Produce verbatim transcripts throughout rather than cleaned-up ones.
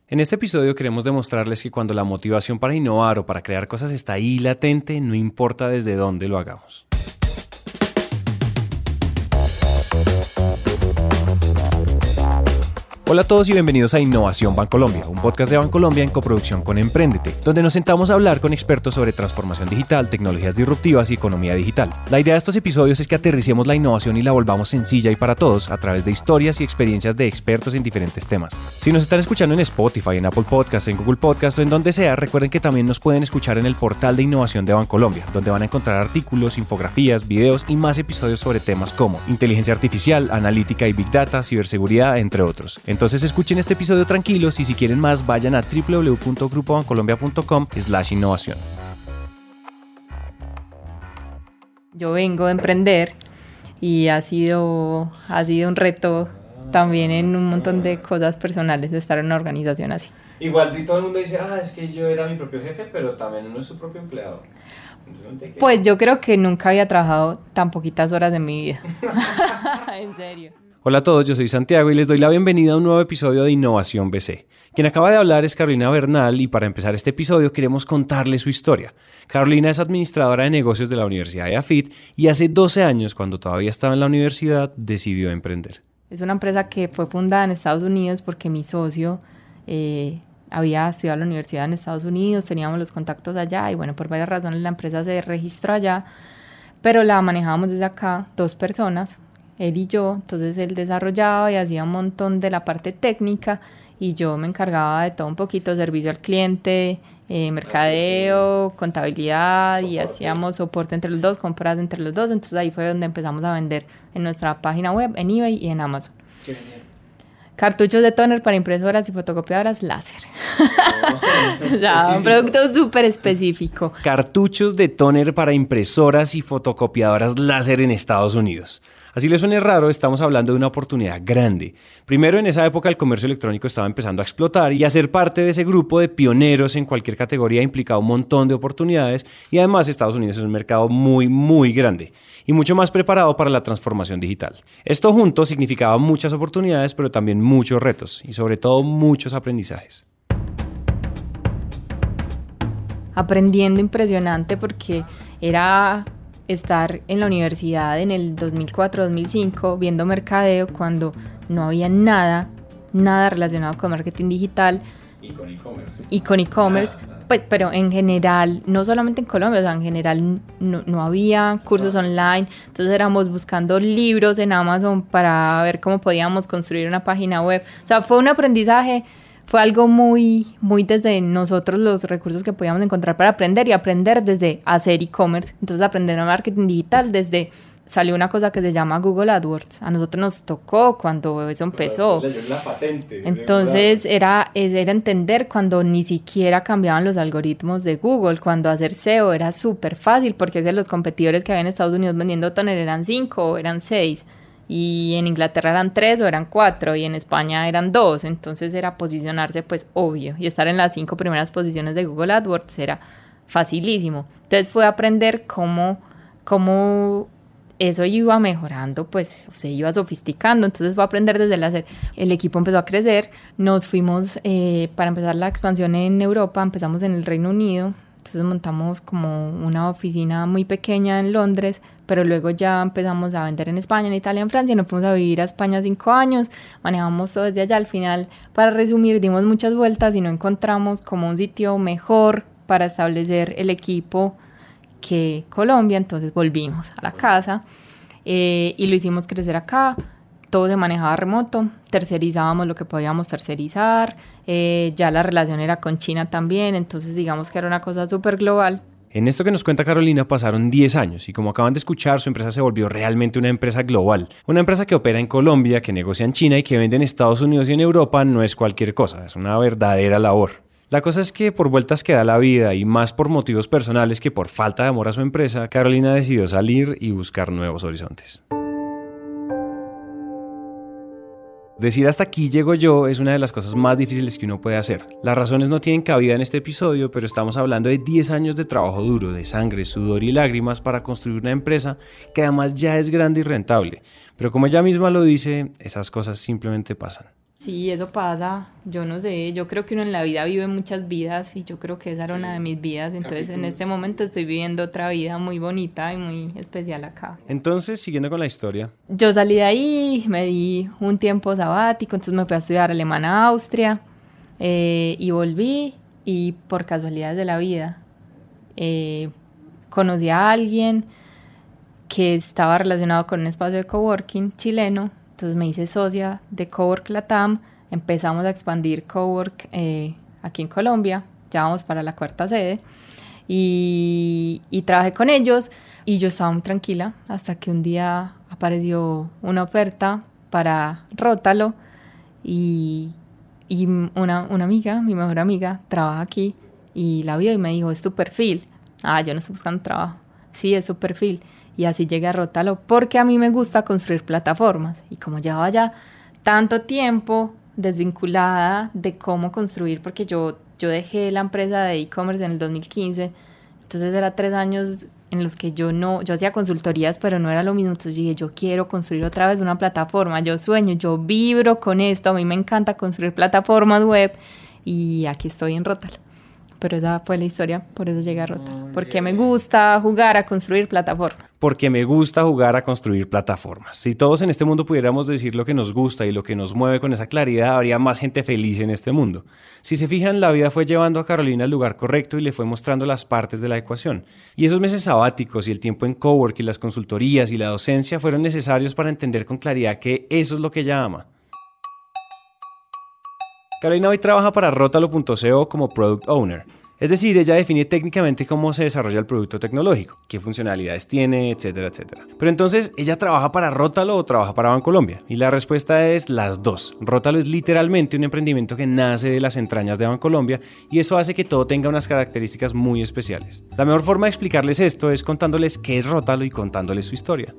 En este episodio queremos demostrarles que cuando la motivación para innovar o para crear cosas está ahí latente, no importa desde dónde lo hagamos. Hola a todos y bienvenidos a Innovación Bancolombia, un podcast de Bancolombia en coproducción con Emprendete, donde nos sentamos a hablar con expertos sobre transformación digital, tecnologías disruptivas y economía digital. La idea de estos episodios es que aterricemos la innovación y la volvamos sencilla y para todos a través de historias y experiencias de expertos en diferentes temas. Si nos están escuchando en Spotify, en Apple Podcasts, en Google Podcasts o en donde sea, recuerden que también nos pueden escuchar en el portal de innovación de Bancolombia, donde van a encontrar artículos, infografías, videos y más episodios sobre temas como inteligencia artificial, analítica y big data, ciberseguridad, entre otros. Entonces escuchen este episodio tranquilos y si quieren más vayan a doble u doble u doble u punto grupo bancolombia punto com slash innovación. Yo vengo de emprender y ha sido, ha sido un reto también en un montón de cosas personales de estar en una organización así. Igual todo el mundo dice, ah, es que yo era mi propio jefe, pero también uno es su propio empleado. Pues yo creo que nunca había trabajado tan poquitas horas de mi vida. En serio. Hola a todos, yo soy Santiago y les doy la bienvenida a un nuevo episodio de Innovación B C. Quien acaba de hablar es Carolina Bernal y para empezar este episodio queremos contarle su historia. Carolina es administradora de negocios de la Universidad de AFIT y hace doce años, cuando todavía estaba en la universidad, decidió emprender. Es una empresa que fue fundada en Estados Unidos porque mi socio eh, había estudiado en la universidad en Estados Unidos, teníamos los contactos allá y bueno, por varias razones la empresa se registró allá, pero la manejábamos desde acá, dos personas, él y yo. Entonces él desarrollaba y hacía un montón de la parte técnica y yo me encargaba de todo un poquito, servicio al cliente, eh, mercadeo, contabilidad, soporte. Y hacíamos soporte entre los dos, compras entre los dos. Entonces ahí fue donde empezamos a vender en nuestra página web, en eBay y en Amazon. Qué bien. Cartuchos de tóner para impresoras y fotocopiadoras láser. Oh, o sea, un producto súper específico. Cartuchos de tóner para impresoras y fotocopiadoras láser en Estados Unidos. Así les suene raro, estamos hablando de una oportunidad grande. Primero, en esa época el comercio electrónico estaba empezando a explotar y a ser parte de ese grupo de pioneros en cualquier categoría implicaba un montón de oportunidades y además Estados Unidos es un mercado muy, muy grande y mucho más preparado para la transformación digital. Esto junto significaba muchas oportunidades, pero también muchos retos y sobre todo muchos aprendizajes. Aprendiendo impresionante porque era estar en la universidad en el dos mil cuatro dos mil cinco viendo mercadeo cuando no había nada, nada relacionado con marketing digital. Y con e-commerce. Y con e-commerce, nada, nada. Pues, pero en general, no solamente en Colombia, o sea, en general no, no había cursos no. online, entonces éramos buscando libros en Amazon para ver cómo podíamos construir una página web. O sea, fue un aprendizaje. Fue algo muy, muy desde nosotros los recursos que podíamos encontrar para aprender y aprender desde hacer e-commerce. Entonces aprender a marketing digital desde, salió una cosa que se llama Google AdWords. A nosotros nos tocó cuando eso empezó. La patente. Entonces era, era entender cuando ni siquiera cambiaban los algoritmos de Google, cuando hacer S E O era súper fácil porque los competidores que había en Estados Unidos vendiendo toner eran cinco o eran seis. Y en Inglaterra eran tres o eran cuatro y en España eran dos, entonces era posicionarse pues obvio y estar en las cinco primeras posiciones de Google AdWords era facilísimo. Entonces fue aprender cómo, cómo eso iba mejorando, pues se iba sofisticando, entonces fue aprender desde el hacer. El equipo empezó a crecer, nos fuimos eh, para empezar la expansión en Europa, empezamos en el Reino Unido. Entonces montamos como una oficina muy pequeña en Londres, pero luego ya empezamos a vender en España, en Italia, en Francia, y nos fuimos a vivir a España cinco años, manejamos todo desde allá. Al final, para resumir, dimos muchas vueltas y no encontramos como un sitio mejor para establecer el equipo que Colombia, entonces volvimos a la casa eh, y lo hicimos crecer acá. Todo se manejaba remoto, tercerizábamos lo que podíamos tercerizar, eh, ya la relación era con China también, entonces digamos que era una cosa súper global. En esto que nos cuenta Carolina pasaron diez años y como acaban de escuchar, su empresa se volvió realmente una empresa global. Una empresa que opera en Colombia, que negocia en China y que vende en Estados Unidos y en Europa no es cualquier cosa, es una verdadera labor. La cosa es que por vueltas que da la vida y más por motivos personales que por falta de amor a su empresa, Carolina decidió salir y buscar nuevos horizontes. Decir hasta aquí llego yo es una de las cosas más difíciles que uno puede hacer. Las razones no tienen cabida en este episodio, pero estamos hablando de diez años de trabajo duro, de sangre, sudor y lágrimas para construir una empresa que además ya es grande y rentable. Pero como ella misma lo dice, esas cosas simplemente pasan. Sí, eso pasa, yo no sé, yo creo que uno en la vida vive muchas vidas y yo creo que esa era una de mis vidas, entonces en este momento estoy viviendo otra vida muy bonita y muy especial acá. Entonces, siguiendo con la historia. Yo salí de ahí, me di un tiempo sabático, entonces me fui a estudiar alemán a Austria eh, y volví y por casualidades de la vida eh, conocí a alguien que estaba relacionado con un espacio de coworking chileno. Entonces me hice socia de Cowork Latam, empezamos a expandir Cowork eh, aquí en Colombia, ya vamos para la cuarta sede, y, y trabajé con ellos y yo estaba muy tranquila hasta que un día apareció una oferta para Rótalo y, y una, una amiga, mi mejor amiga, trabaja aquí y la vio y me dijo, es tu perfil. Ah, yo no estoy buscando trabajo. Sí, es su perfil. Y así llegué a Rótalo porque a mí me gusta construir plataformas. Y como llevaba ya tanto tiempo desvinculada de cómo construir, porque yo, yo dejé la empresa de e-commerce en el dos mil quince, entonces era tres años en los que yo no, yo hacía consultorías, pero no era lo mismo. Entonces dije, yo quiero construir otra vez una plataforma, yo sueño, yo vibro con esto, a mí me encanta construir plataformas web y aquí estoy en Rótalo. Pero esa fue la historia, por eso llegué a Rótalo. Porque me gusta jugar a construir plataformas. Porque me gusta jugar a construir plataformas. Si todos en este mundo pudiéramos decir lo que nos gusta y lo que nos mueve con esa claridad, habría más gente feliz en este mundo. Si se fijan, la vida fue llevando a Carolina al lugar correcto y le fue mostrando las partes de la ecuación. Y esos meses sabáticos y el tiempo en cowork y las consultorías y la docencia fueron necesarios para entender con claridad que eso es lo que ella ama. Carolina hoy trabaja para Rótalo punto co como Product Owner. Es decir, ella define técnicamente cómo se desarrolla el producto tecnológico, qué funcionalidades tiene, etcétera, etcétera. Pero entonces, ¿ella trabaja para Rótalo o trabaja para Bancolombia? Y la respuesta es las dos. Rótalo es literalmente un emprendimiento que nace de las entrañas de Bancolombia y eso hace que todo tenga unas características muy especiales. La mejor forma de explicarles esto es contándoles qué es Rótalo y contándoles su historia.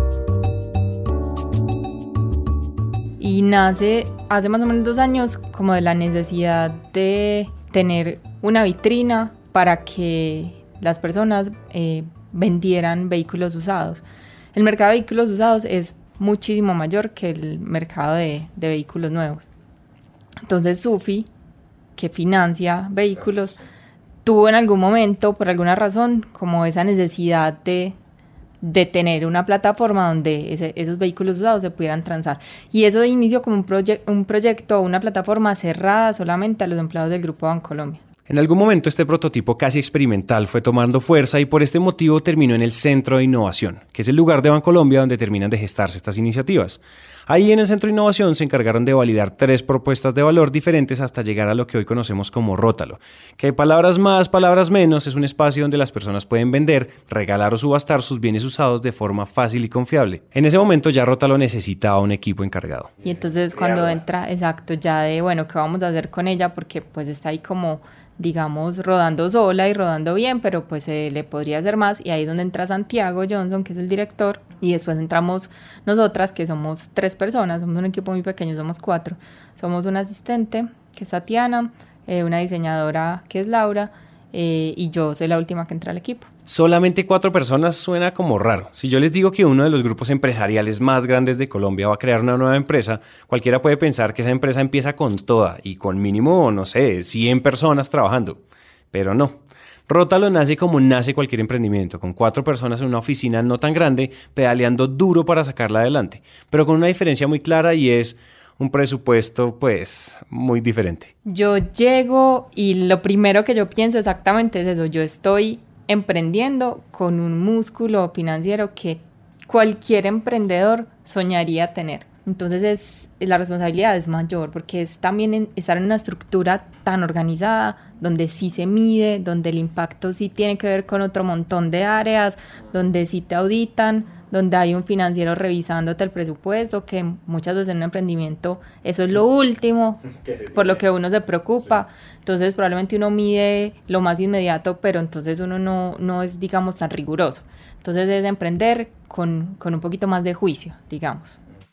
Y nace hace más o menos dos años como de la necesidad de tener una vitrina para que las personas eh, vendieran vehículos usados. El mercado de vehículos usados es muchísimo mayor que el mercado de, de vehículos nuevos. Entonces Sufi, que financia vehículos, tuvo en algún momento, por alguna razón, como esa necesidad de, de tener una plataforma donde ese, esos vehículos usados se pudieran transar. Y eso inició como un, proye- un proyecto, una plataforma cerrada solamente a los empleados del Grupo Bancolombia. En algún momento este prototipo casi experimental fue tomando fuerza y por este motivo terminó en el Centro de Innovación, que es el lugar de Bancolombia donde terminan de gestarse estas iniciativas. Ahí en el Centro de Innovación se encargaron de validar tres propuestas de valor diferentes hasta llegar a lo que hoy conocemos como Rótalo, que palabras más, palabras menos, es un espacio donde las personas pueden vender, regalar o subastar sus bienes usados de forma fácil y confiable. En ese momento ya Rótalo necesitaba un equipo encargado. Y entonces cuando entra, exacto, ya de, bueno, ¿qué vamos a hacer con ella? Porque pues está ahí como, digamos, rodando sola y rodando bien, pero pues eh, le podría hacer más. Y ahí es donde entra Santiago Johnson, que es el director, y después entramos nosotras, que somos tres personas, somos un equipo muy pequeño, somos cuatro. Somos una asistente, que es Tatiana, eh, una diseñadora, que es Laura, eh, y yo soy la última que entra al equipo. Solamente cuatro personas suena como raro. Si yo les digo que uno de los grupos empresariales más grandes de Colombia va a crear una nueva empresa, cualquiera puede pensar que esa empresa empieza con toda y con mínimo, no sé, cien personas trabajando. Pero no. Rótalo nace como nace cualquier emprendimiento, con cuatro personas en una oficina no tan grande, pedaleando duro para sacarla adelante, pero con una diferencia muy clara y es un presupuesto, pues, muy diferente. Yo llego y lo primero que yo pienso exactamente es eso. Yo estoy emprendiendo con un músculo financiero que cualquier emprendedor soñaría tener. Entonces es, la responsabilidad es mayor porque es también en, estar en una estructura tan organizada donde sí se mide, donde el impacto sí tiene que ver con otro montón de áreas, donde sí te auditan, donde hay un financiero revisándote el presupuesto, que muchas veces en un emprendimiento eso es lo último por lo que uno se preocupa. Sí. Entonces probablemente uno mide lo más inmediato, pero entonces uno no, no es, digamos, tan riguroso. Entonces es emprender con, con un poquito más de juicio, digamos.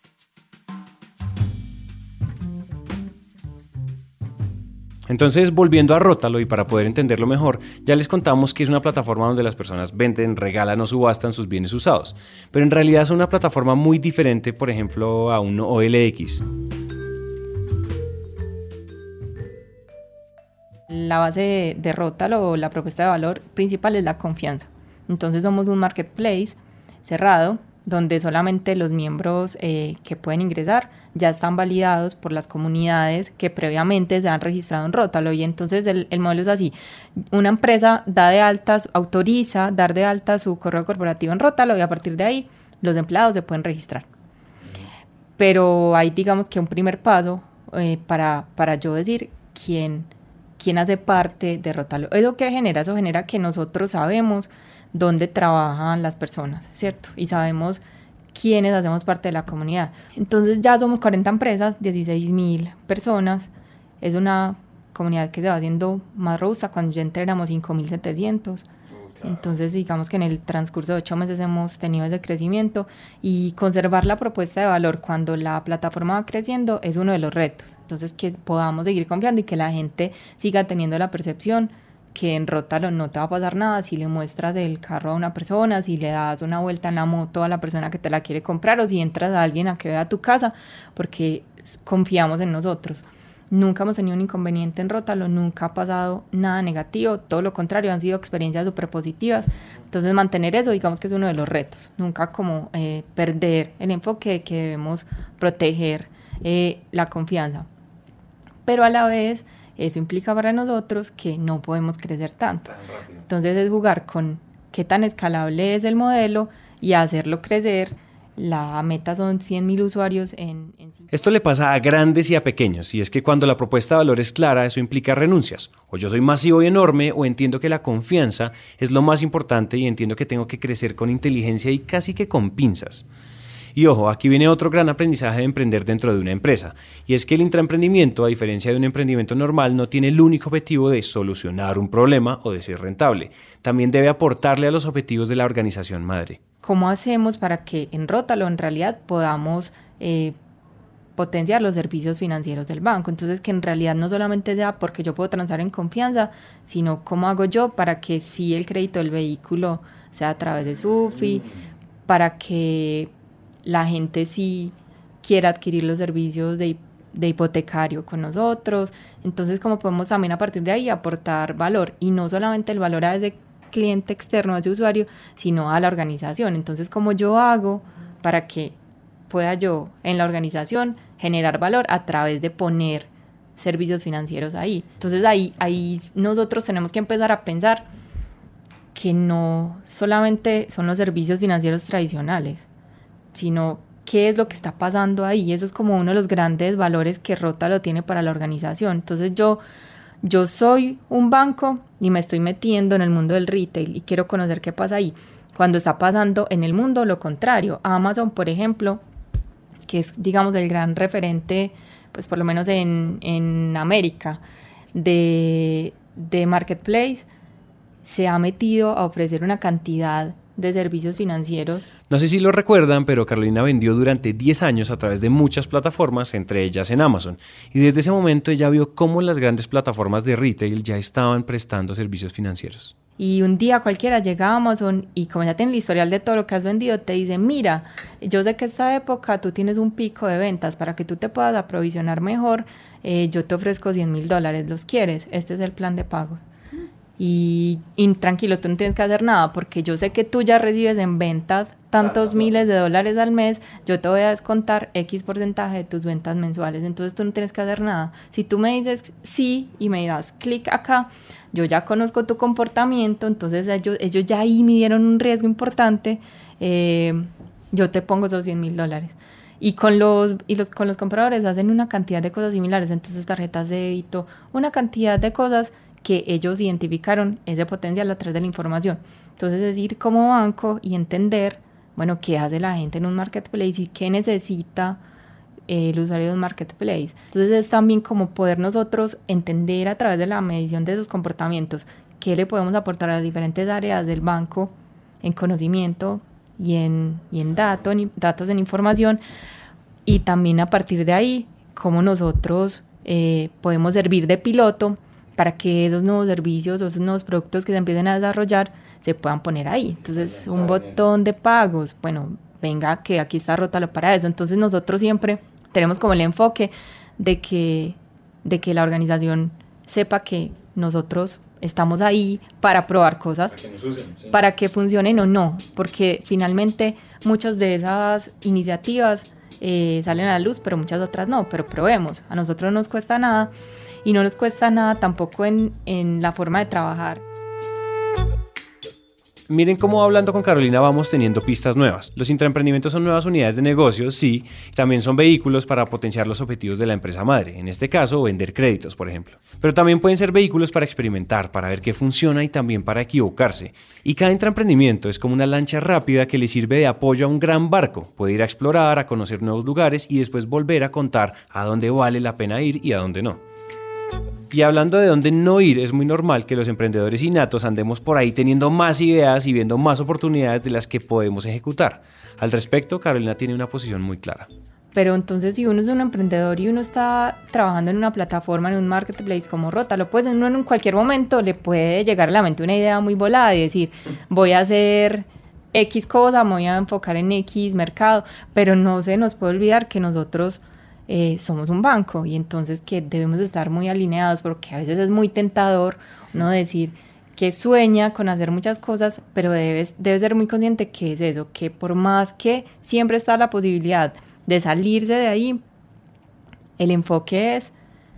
Entonces, volviendo a Rótalo y para poder entenderlo mejor, ya les contamos que es una plataforma donde las personas venden, regalan o subastan sus bienes usados. Pero en realidad es una plataforma muy diferente, por ejemplo, a un O L X. La base de, de Rótalo, la propuesta de valor principal es la confianza. Entonces somos un marketplace cerrado donde solamente los miembros eh, que pueden ingresar ya están validados por las comunidades que previamente se han registrado en Rótalo. Y entonces el, el modelo es así: una empresa da de alta, autoriza dar de alta su correo corporativo en Rótalo y a partir de ahí los empleados se pueden registrar. Pero hay, digamos que un primer paso eh, para, para yo decir quién, quién hace parte de Rótalo. ¿Eso qué genera? Eso genera que nosotros sabemos dónde trabajan las personas, ¿cierto? Y sabemos quiénes hacemos parte de la comunidad. Entonces ya somos cuarenta empresas, dieciséis mil personas. Es una comunidad que se va haciendo más robusta. Cuando yo entré éramos cinco mil setecientos. Entonces digamos que en el transcurso de ocho meses hemos tenido ese crecimiento, y conservar la propuesta de valor cuando la plataforma va creciendo es uno de los retos. Entonces que podamos seguir confiando y que la gente siga teniendo la percepción que en Rótalo no te va a pasar nada si le muestras el carro a una persona, si le das una vuelta en la moto a la persona que te la quiere comprar, o si entras a alguien a que vea tu casa, porque confiamos en nosotros. Nunca hemos tenido un inconveniente en Rótalo, nunca ha pasado nada negativo, todo lo contrario, han sido experiencias súper positivas. Entonces mantener eso, digamos que es uno de los retos, nunca como eh, perder el enfoque de que debemos proteger eh, la confianza. Pero a la vez eso implica para nosotros que no podemos crecer tanto. Entonces es jugar con qué tan escalable es el modelo y hacerlo crecer. La meta son cien mil usuarios en, en... Esto le pasa a grandes y a pequeños, y es que cuando la propuesta de valor es clara, eso implica renuncias. O yo soy masivo y enorme, o entiendo que la confianza es lo más importante y entiendo que tengo que crecer con inteligencia y casi que con pinzas. Y ojo, aquí viene otro gran aprendizaje de emprender dentro de una empresa, y es que el intraemprendimiento, a diferencia de un emprendimiento normal, no tiene el único objetivo de solucionar un problema o de ser rentable. También debe aportarle a los objetivos de la organización madre. ¿Cómo hacemos para que en Rótalo en realidad podamos eh, potenciar los servicios financieros del banco? Entonces que en realidad no solamente sea porque yo puedo transar en confianza, sino cómo hago yo para que sí el crédito del vehículo sea a través de Sufi, para que la gente sí quiera adquirir los servicios de, de hipotecario con nosotros. Entonces cómo podemos también a partir de ahí aportar valor, y no solamente el valor a ese cliente externo, a ese usuario, sino a la organización. Entonces cómo yo hago para que pueda yo en la organización generar valor a través de poner servicios financieros ahí. Entonces ahí, ahí nosotros tenemos que empezar a pensar que no solamente son los servicios financieros tradicionales, sino qué es lo que está pasando ahí. Eso es como uno de los grandes valores que Rótalo tiene para la organización. Entonces yo, yo soy un banco y me estoy metiendo en el mundo del retail y quiero conocer qué pasa ahí, cuando está pasando en el mundo lo contrario. Amazon, por ejemplo, que es, digamos, el gran referente, pues por lo menos en, en América, de, de marketplace, se ha metido a ofrecer una cantidad de servicios financieros. No sé si lo recuerdan, pero Carolina vendió durante diez años a través de muchas plataformas, entre ellas en Amazon. Y desde ese momento ella vio cómo las grandes plataformas de retail ya estaban prestando servicios financieros. Y un día cualquiera llega a Amazon y como ya tiene el historial de todo lo que has vendido, te dice, mira, yo sé que esta época tú tienes un pico de ventas, para que tú te puedas aprovisionar mejor, eh, yo te ofrezco cien mil dólares, ¿los quieres? Este es el plan de pago. Y, y tranquilo, tú no tienes que hacer nada, porque yo sé que tú ya recibes en ventas tantos miles de dólares al mes, yo te voy a descontar X porcentaje de tus ventas mensuales, entonces tú no tienes que hacer nada. Si tú me dices sí y me das clic acá, yo ya conozco tu comportamiento, entonces ellos, ellos ya ahí midieron un riesgo importante, eh, yo te pongo esos cien mil dólares. Y con los, y los, con los compradores hacen una cantidad de cosas similares, entonces tarjetas de débito, una cantidad de cosas que ellos identificaron ese potencial a través de la información. Entonces es ir como banco y entender, bueno, qué hace la gente en un marketplace y qué necesita eh, el usuario de un marketplace. Entonces es también como poder nosotros entender a través de la medición de sus comportamientos qué le podemos aportar a las diferentes áreas del banco en conocimiento y en, y en datos, en datos en información, y también a partir de ahí cómo nosotros eh, podemos servir de piloto para que esos nuevos servicios o esos nuevos productos que se empiecen a desarrollar se puedan poner ahí. Entonces, un botón de pagos, bueno, venga, que aquí está Rótalo para eso. Entonces, nosotros siempre tenemos como el enfoque de que, de que la organización sepa que nosotros estamos ahí para probar cosas, para que, nos usen, sí. para que funcionen o no, porque finalmente muchas de esas iniciativas eh, salen a la luz, pero muchas otras no, pero probemos. A nosotros no nos cuesta nada y no nos cuesta nada tampoco en, en la forma de trabajar. Miren cómo hablando con Carolina vamos teniendo pistas nuevas. Los intraemprendimientos son nuevas unidades de negocio, sí, también son vehículos para potenciar los objetivos de la empresa madre, en este caso vender créditos, por ejemplo. Pero también pueden ser vehículos para experimentar, para ver qué funciona y también para equivocarse. Y cada intraemprendimiento es como una lancha rápida que le sirve de apoyo a un gran barco. Puede ir a explorar, a conocer nuevos lugares y después volver a contar a dónde vale la pena ir y a dónde no. Y hablando de dónde no ir, es muy normal que los emprendedores innatos andemos por ahí teniendo más ideas y viendo más oportunidades de las que podemos ejecutar. Al respecto, Carolina tiene una posición muy clara. Pero entonces si uno es un emprendedor y uno está trabajando en una plataforma, en un marketplace como Rótalo, pues uno en cualquier momento le puede llegar a la mente una idea muy volada y decir, voy a hacer X cosa, me voy a enfocar en X mercado, pero no se nos puede olvidar que nosotros Eh, somos un banco y entonces que debemos estar muy alineados, porque a veces es muy tentador uno decir que sueña con hacer muchas cosas, pero debes, debes ser muy consciente que es eso, que por más que siempre está la posibilidad de salirse de ahí, el enfoque es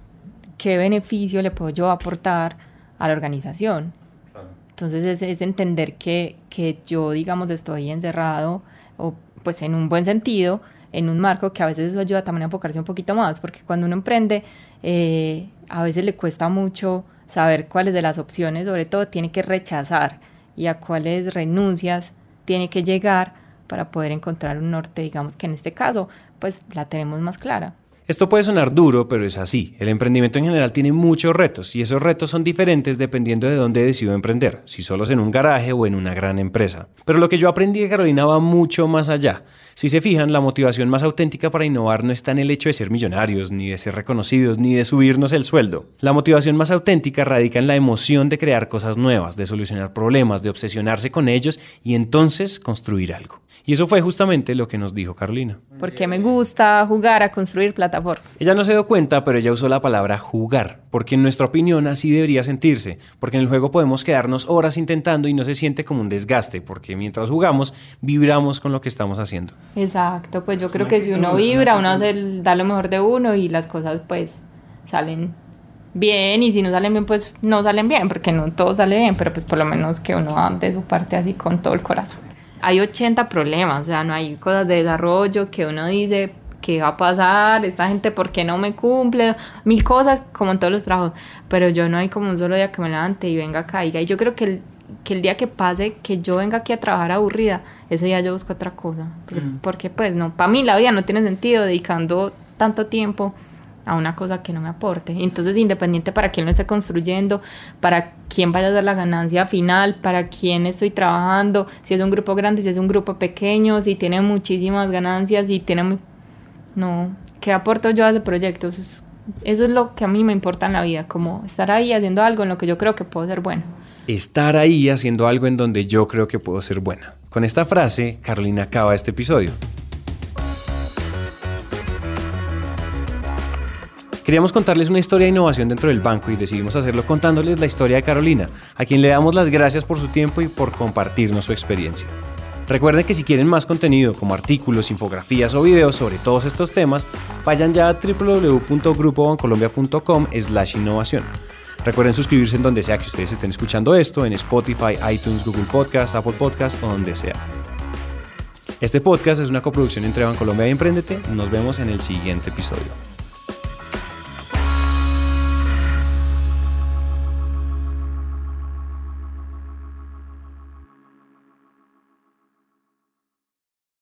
qué beneficio le puedo yo aportar a la organización. Entonces es, es entender que, que yo, digamos, estoy encerrado o pues en un buen sentido en un marco, que a veces eso ayuda también a enfocarse un poquito más, porque cuando uno emprende eh, a veces le cuesta mucho saber cuáles de las opciones, sobre todo tiene que rechazar y a cuáles renuncias tiene que llegar para poder encontrar un norte, digamos que en este caso pues la tenemos más clara. Esto puede sonar duro, pero es así. El emprendimiento en general tiene muchos retos y esos retos son diferentes dependiendo de dónde decido emprender, si solo es en un garaje o en una gran empresa. Pero lo que yo aprendí de Carolina va mucho más allá. Si se fijan, la motivación más auténtica para innovar no está en el hecho de ser millonarios, ni de ser reconocidos, ni de subirnos el sueldo. La motivación más auténtica radica en la emoción de crear cosas nuevas, de solucionar problemas, de obsesionarse con ellos y entonces construir algo. Y eso fue justamente lo que nos dijo Carolina. Porque me gusta jugar a construir plataformas. Ella no se dio cuenta, pero ella usó la palabra jugar, porque en nuestra opinión así debería sentirse, porque en el juego podemos quedarnos horas intentando y no se siente como un desgaste, porque mientras jugamos, vibramos con lo que estamos haciendo. Exacto, pues yo creo que si uno vibra, uno hace el, da lo mejor de uno y las cosas pues salen bien, y si no salen bien, pues no salen bien, porque no todo sale bien, pero pues por lo menos que uno haga de su parte así con todo el corazón. Hay ochenta problemas, o sea, no hay cosas de desarrollo que uno dice, ¿qué va a pasar? Esta gente, ¿por qué no me cumple? Mil cosas, como en todos los trabajos, pero yo no hay como un solo día que me levante y venga, caiga, y yo creo que el, que el día que pase, que yo venga aquí a trabajar aburrida, ese día yo busco otra cosa, porque, mm. porque pues no, para mí la vida no tiene sentido dedicando tanto tiempo a una cosa que no me aporte. Entonces, independiente para quién lo esté construyendo, para quién vaya a dar la ganancia final, para quién estoy trabajando, si es un grupo grande, si es un grupo pequeño, si tiene muchísimas ganancias, si tiene muy... no, ¿qué aporto yo a ese proyecto? Eso es, eso es lo que a mí me importa en la vida, como estar ahí haciendo algo en lo que yo creo que puedo ser bueno. Estar ahí haciendo algo en donde yo creo que puedo ser buena. Con esta frase, Carolina acaba este episodio. Queríamos contarles una historia de innovación dentro del banco y decidimos hacerlo contándoles la historia de Carolina, a quien le damos las gracias por su tiempo y por compartirnos su experiencia. Recuerden que si quieren más contenido como artículos, infografías o videos sobre todos estos temas, vayan ya a doble u doble u doble u punto grupo bancolombia punto com slash innovación. Recuerden suscribirse en donde sea que ustedes estén escuchando esto, en Spotify, iTunes, Google Podcast, Apple Podcast o donde sea. Este podcast es una coproducción entre Bancolombia y Emprendete. Nos vemos en el siguiente episodio.